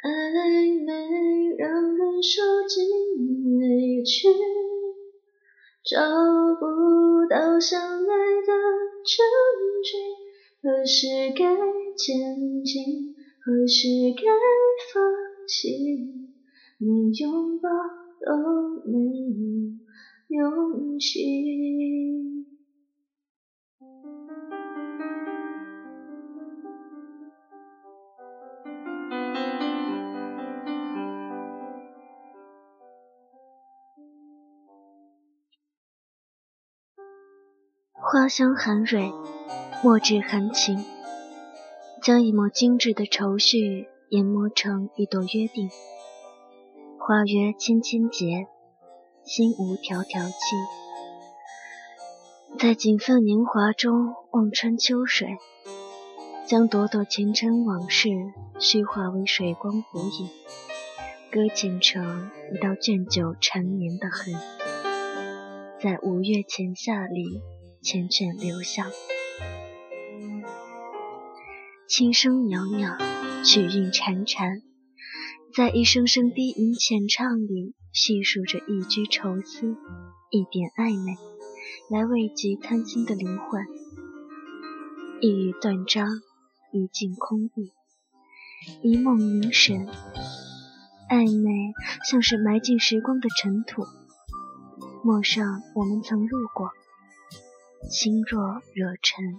暧昧让人受尽委屈，找不到相爱的证据，何时该前进，何时该放弃，连拥抱都没有勇气。花香含蕊，墨质含情，将一抹精致的愁绪研磨成一朵约定。花约千千结，心无条条期。在锦瑟年华中望穿秋水，将朵朵前尘往事虚化为水光浮影，搁浅成一道卷久缠绵的痕，在五月浅夏里缱绻留香。轻声袅袅，曲韵潺潺，在一声声低吟浅唱里细数着一居愁思，一点暧昧，来慰藉贪心的灵魂。一语断章，一境空意，一梦凝神，暧昧像是埋进时光的尘土，陌上我们曾路过，心若惹尘。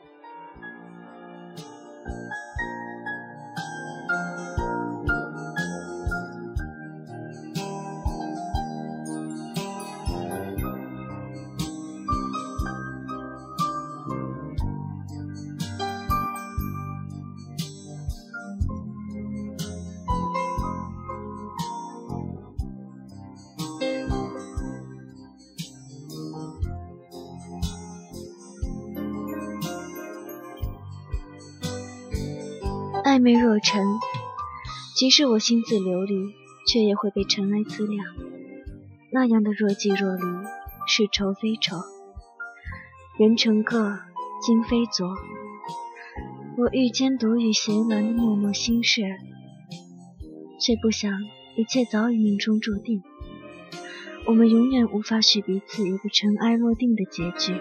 暧昧若尘，即使我心自流离，却也会被尘埃滋亮。那样的若即若离，是愁非愁。人成各，今非昨。我欲笺独语斜鸾的默默心事，却不想一切早已命中注定。我们永远无法许彼此一个尘埃落定的结局。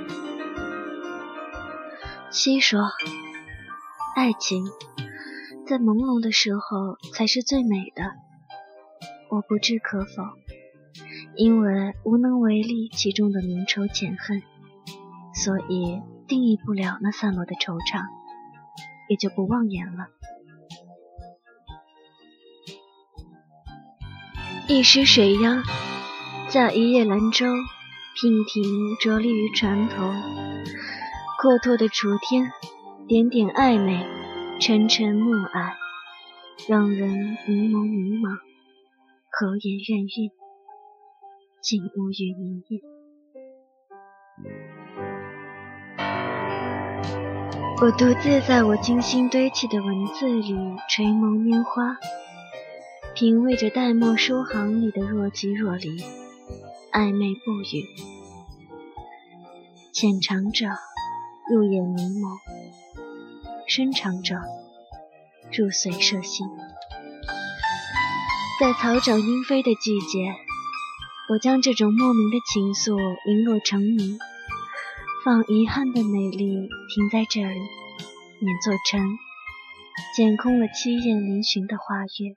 西说，爱情在朦胧的时候才是最美的，我不置可否，因为无能为力其中的浓稠浅恨，所以定义不了那散落的惆怅，也就不望言了。一时水央，驾一叶兰舟，娉婷着立于船头，阔拓的楚天，点点暧昧，沉沉暮霭，让人迷蒙迷茫，何言怨韵，竟无语凝噎。我独自在我精心堆砌的文字里垂眸拈花，品味着淡墨书行里的若即若离，暧昧不语，浅尝者入眼迷蒙，深长者入髓摄心。在草长莺飞的季节，我将这种莫名的情愫零落成泥，放遗憾的美丽停在这里，免作尘，捡空了凄艳嶙峋的花月。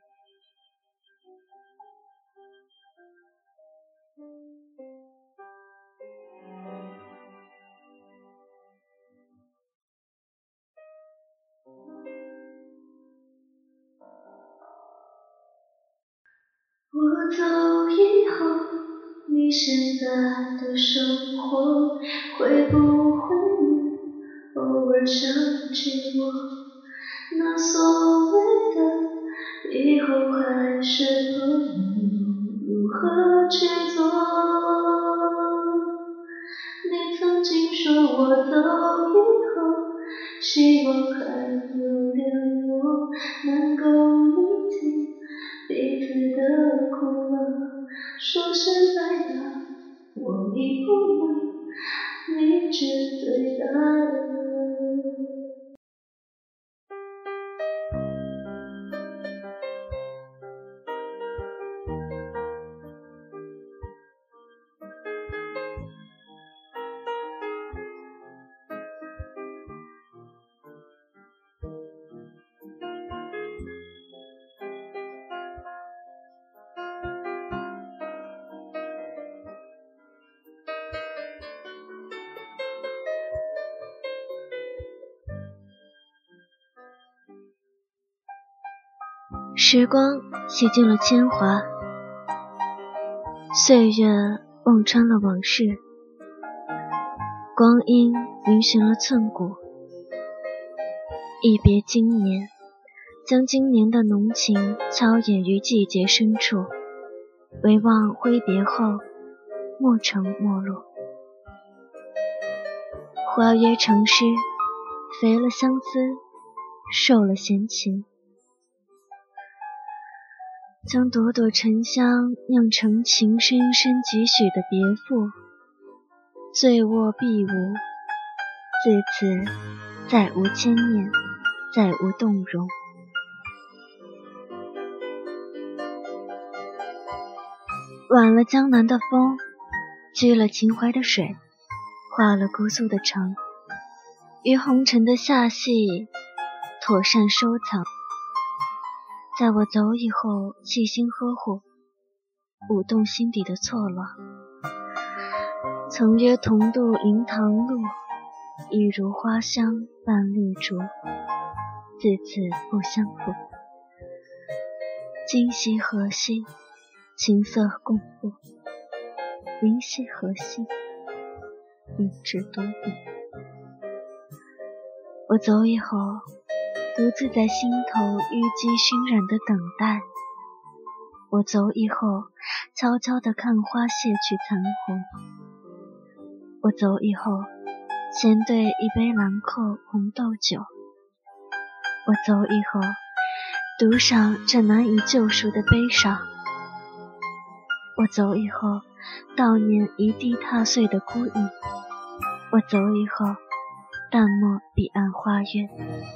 我走以后，你现在的生活会不会也偶尔想起我？那所谓的以后还是朋友，如何去做？你曾经说我走以后，希望还有联络，能够理解彼此的苦乐。说实在的，我已不能理智对待了。 时光洗尽了铅华，岁月忘穿了往事，光阴匀循了寸骨。一别经年，将今年的浓情敲掩于季节深处，唯望挥别后莫成没落。花约成诗，肥了相思，瘦了闲情，将朵朵沉香酿成情深深几许的别赋，醉卧必无，自此再无牵念，再无动容。挽了江南的风，掬了秦淮的水，画了姑苏的城，于红尘的下隙妥善收藏，在我走以后细心呵护，舞动心底的错乱。曾约同渡灵塘路，一如花香伴绿竹，自此不相负。今夕何夕，琴瑟共赴，明夕何夕，一纸独笔。我走以后，独自在心头淤积熏染的等待。我走以后，悄悄地看花谢去残红。我走以后，闲对一杯兰蔻红豆酒。我走以后，独赏这难以救赎的悲伤。我走以后，悼念一地踏碎的孤影。我走以后，淡漠彼岸花月。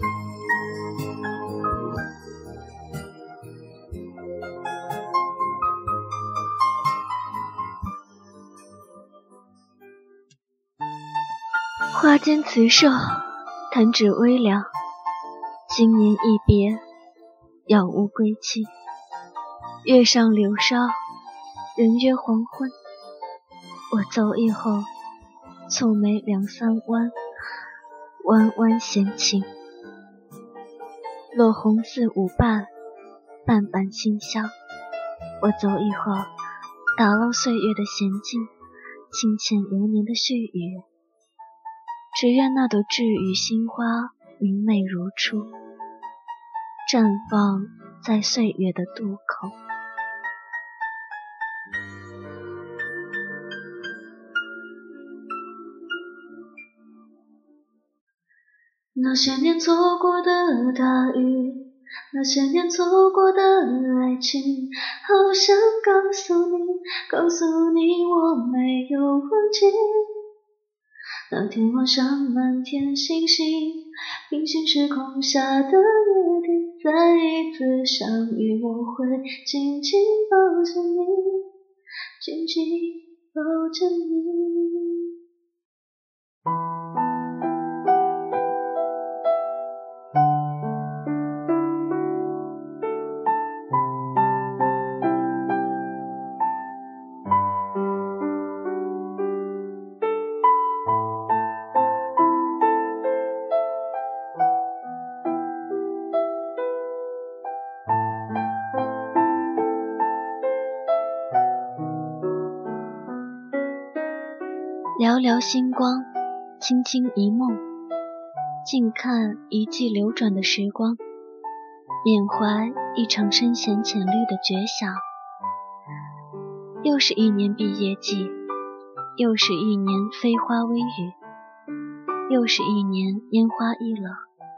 花间辞寿，弹指微凉。今年一别，杳无归期。月上柳梢，人约黄昏。我走以后，蹙眉两三弯，弯弯闲情。落红似舞伴，瓣瓣馨香。我走以后，打捞岁月的闲静，轻浅流年的絮语。只愿那朵稚语心花明媚如初，绽放在岁月的渡口。那些年错过的大雨，那些年错过的爱情，好想告诉你我没有忘记。那天晚上满天星星，平行时空下的约定，再一次相遇我会紧紧抱着你，紧紧抱着你。寥寥星光，轻轻一梦，静看一季流转的时光，缅怀一场深咸浅绿的绝响。又是一年毕业季，又是一年飞花微雨，又是一年烟花易冷。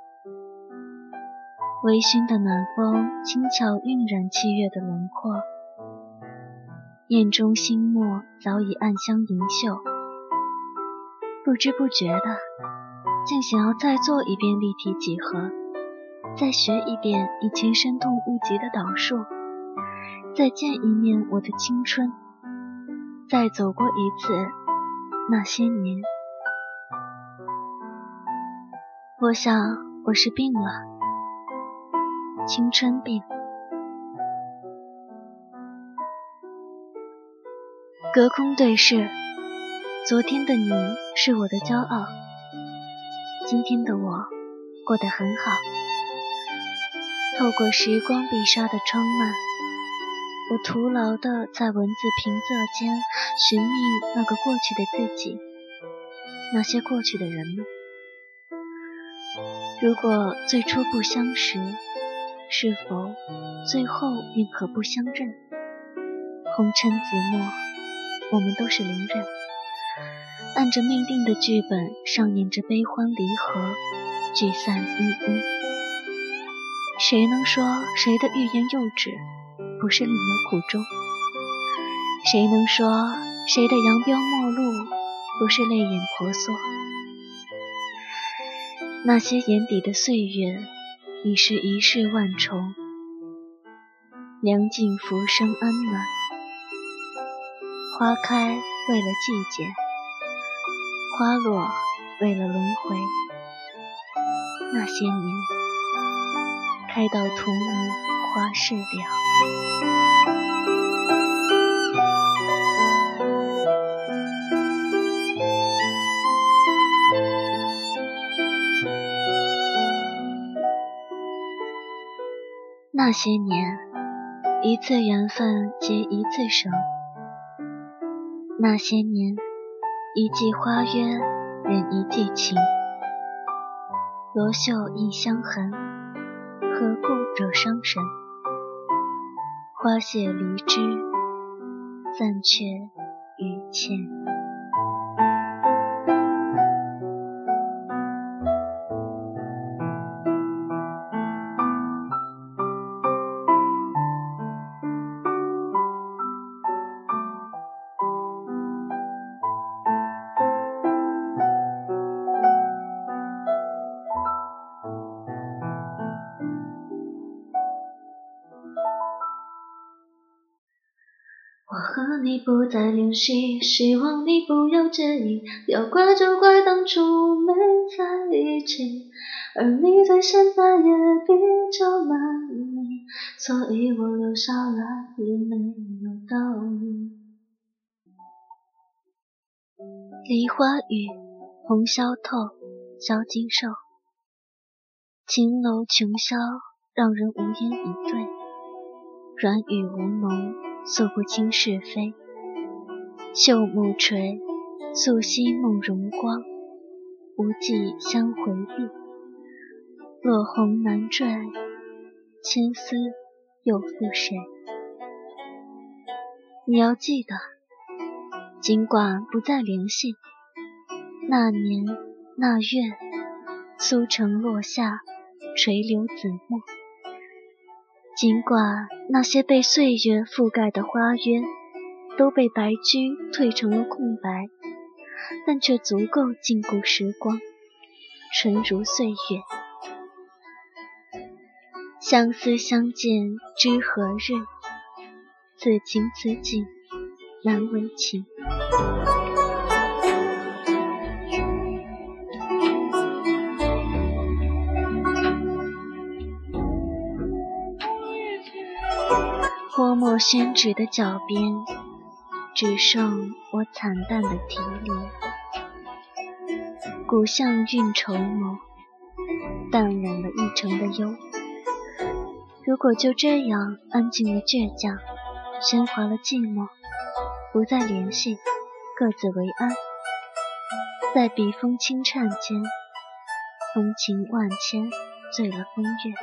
微醺的暖风轻巧晕染7月的轮廓，眼中心墨早已暗香盈袖。不知不觉的，竟想要再做一遍立体几何，再学一遍以前深痛恶极的导数，再见一面我的青春，再走过一次那些年。我想我是病了，青春病。隔空对视，昨天的你是我的骄傲，今天的我过得很好。 透过时光笔刷的窗幔，我徒劳地在文字平仄间寻觅那个过去的自己，那些过去的人们。如果最初不相识，是否最后便可不相认？红尘子墨，我们都是伶人，按着命定的剧本上演着悲欢离合，聚散依依。谁能说谁的欲言又止不是另有苦衷？谁能说谁的扬镳陌路不是泪眼婆娑？那些眼底的岁月已是一世万重，凉尽浮生安暖。花开为了季节，花落为了轮回。那些年，开到荼蘼花事了。那些年，一次缘分结一次手。那些年，一季花约忍一季情。罗袖一香痕，何故惹伤神？花谢离枝，暂却语倩。我和你不再联系，希望你不要介意，要怪就怪当初没在一起，而你对现在也比较满意，所以我留下来也没有道理。梨花雨，红绡透，萧金瘦。秦楼琼箫，让人无言以对。软语无浓，诉不清是非。秀目垂，素昔梦荣光，无计相回避。落红难坠，千丝又负谁？你要记得，尽管不再联系，那年那月，苏城落下，垂柳紫陌。尽管那些被岁月覆盖的花约都被白驹褪成了空白，但却足够禁锢时光，纯如岁月。相思相见知何日？此情此景难为情。泼墨宣纸的脚边，只剩我惨淡的题联。古巷韵绸缪，淡染了一城的忧。如果就这样安静了倔强，喧哗了寂寞，不再联系，各自为安，在笔锋轻颤间，风情万千，醉了风月。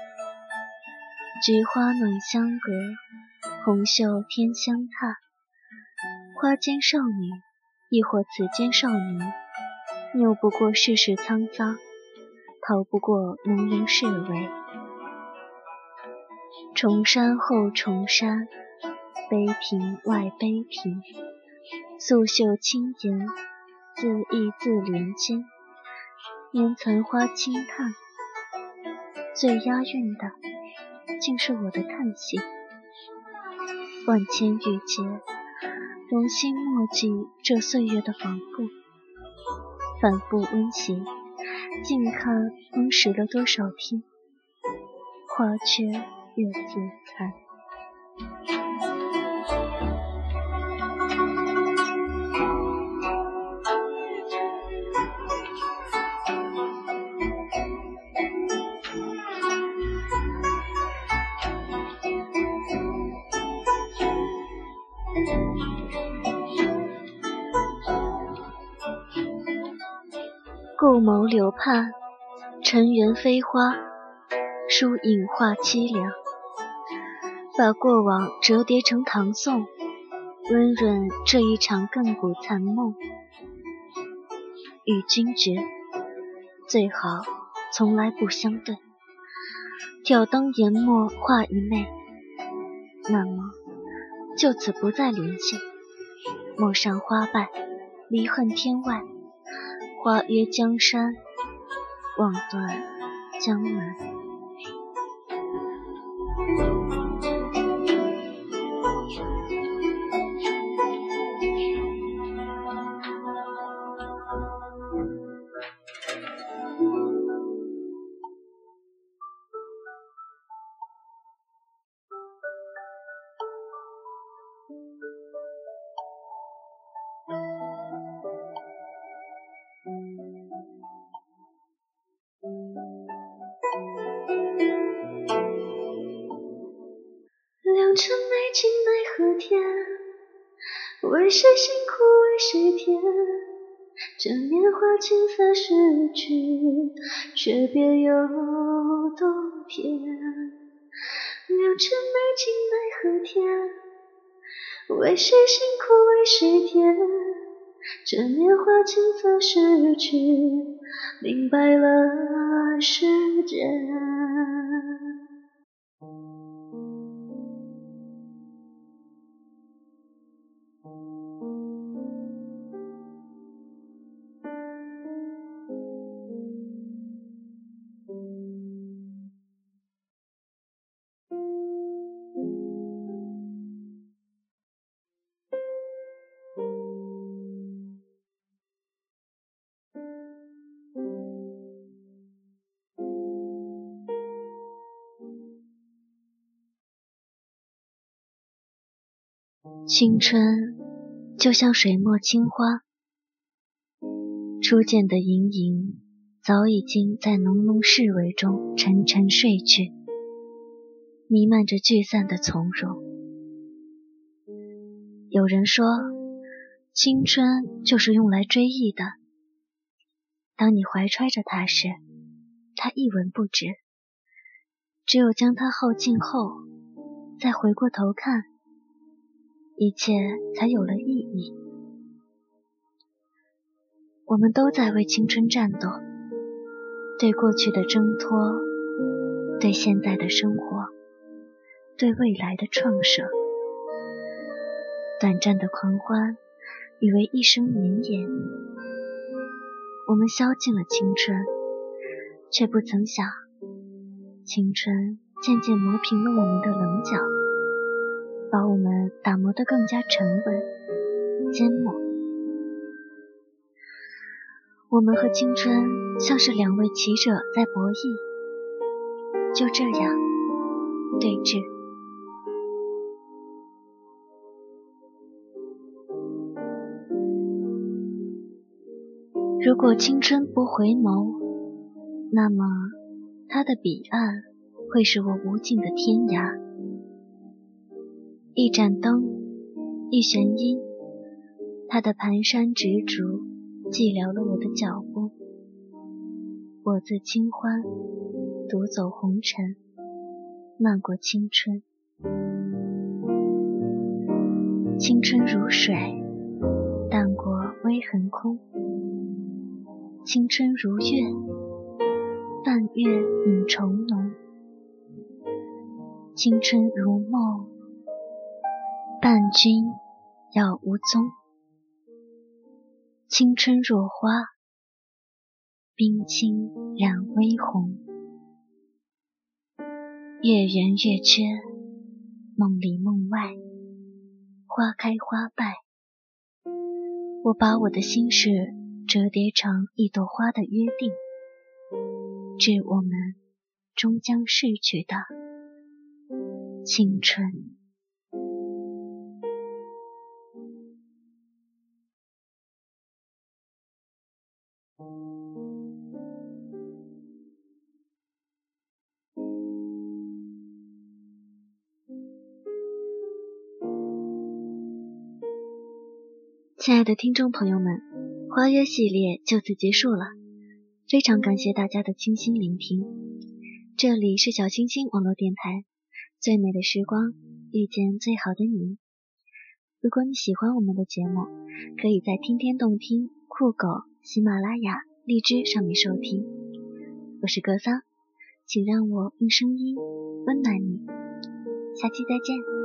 菊花暖香阁，红袖添香榻。花间少女，亦或此间少年，拗不过世事沧桑，逃不过浓浓世味。重山后重山，悲屏外悲屏。素袖轻言，自意自怜间，烟残花轻叹。最押韵的竟是我的叹息。万千郁结，融心默记这岁月的仿佛，反复温习，静看风蚀了多少天，花缺月自残。 故眸流盼，尘缘飞花，疏影画凄凉。把过往折叠成唐宋，温润这一场亘古残梦。与君绝，最好从来不相对。挑灯研墨画一枚，那么就此不再联系。陌上花败，离恨天外。花约江山，望断江南。良辰美景奈何天，为谁辛苦为谁甜？这年华青涩逝去，却别有洞天。良辰美景奈何天，为谁辛苦为谁甜？这年华青涩逝去，明白了世间。青春就像水墨青花，初见的盈盈早已经在浓浓世味中沉沉睡去，弥漫着聚散的从容。有人说，青春就是用来追忆的。当你怀揣着它时，它一文不值，只有将它耗尽后，再回过头看，一切才有了意义。我们都在为青春战斗，对过去的挣脱，对现在的生活，对未来的创设。短暂的狂欢，以为一生绵延。我们消尽了青春，却不曾想，青春渐渐磨平了我们的棱角，把我们打磨得更加沉稳、缄默。我们和青春像是两位棋者在博弈，就这样对峙。如果青春不回眸，那么它的彼岸会是我无尽的天涯。一盏灯，一弦音，它的蹒跚执着寂寥了我的脚步。我自清欢，独走红尘，漫过青春。青春如水，淡过微痕空。青春如月，半月影重浓。青春如梦，伴君杳无踪。青春若花，冰清染微红。月圆月缺，梦里梦外，花开花败。我把我的心事折叠成一朵花的约定，致我们终将逝去的青春。亲爱的听众朋友们，花约系列就此结束了。 非常感谢大家的倾心聆听。这里是小星星网络电台，最美的时光，遇见最好的你。如果你喜欢我们的节目，可以在听天动听、酷狗、喜马拉雅、荔枝上面收听。我是格桑，请让我用声音温暖你。下期再见。